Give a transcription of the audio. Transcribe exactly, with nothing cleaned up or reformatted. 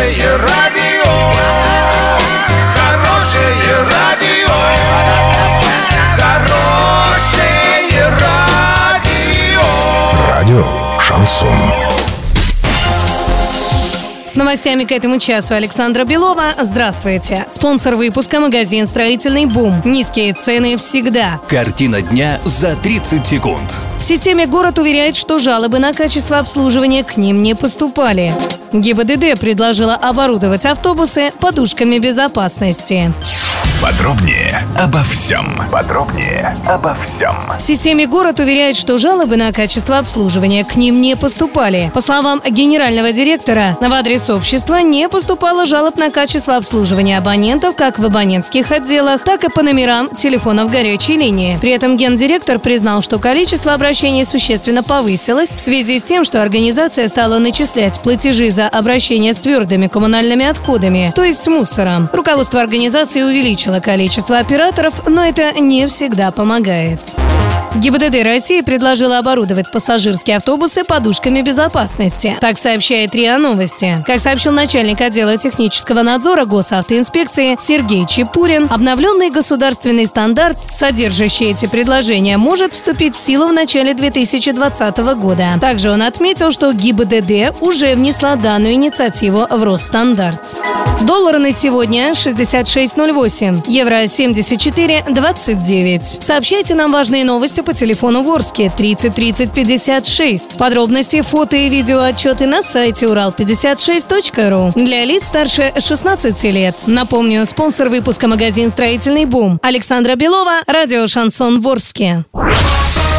Хорошее радио, хорошее радио, хорошее радио. Радио Шансон. С новостями к этому часу Александра Белова. Здравствуйте. Спонсор выпуска — магазин «Строительный бум». Низкие цены всегда. Картина дня за тридцать секунд. В системе «Город» уверяет, что жалобы на качество обслуживания к ним не поступали. ГИБДД предложила оборудовать автобусы подушками безопасности. Подробнее обо всем. Подробнее обо всем. В системе «Город» уверяет, что жалобы на качество обслуживания к ним не поступали. По словам генерального директора, в адрес общества не поступало жалоб на качество обслуживания абонентов как в абонентских отделах, так и по номерам телефонов горячей линии. При этом гендиректор признал, что количество обращений существенно повысилось в связи с тем, что организация стала начислять платежи за обращение с твердыми коммунальными отходами, то есть мусором. Руководство организации увеличило количество операторов, но это не всегда помогает. ГИБДД России предложила оборудовать пассажирские автобусы подушками безопасности. Так сообщает РИА Новости. Как сообщил начальник отдела технического надзора госавтоинспекции Сергей Чепурин, обновленный государственный стандарт, содержащий эти предложения, может вступить в силу в начале две тысячи двадцатого года. Также он отметил, что ГИБДД уже внесла данную инициативу в Росстандарт. Доллар на сегодня шестьдесят шесть ноль восемь, евро семьдесят четыре двадцать девять. Сообщайте нам важные новости по телефону Ворске тридцать тридцать пятьдесят шесть. Подробности, фото и видео отчеты на сайте урал пятьдесят шесть точка ру для лиц старше шестнадцати лет. Напомню, спонсор выпуска — магазин «Строительный бум». Александра Белова, радио «Шансон» Ворске.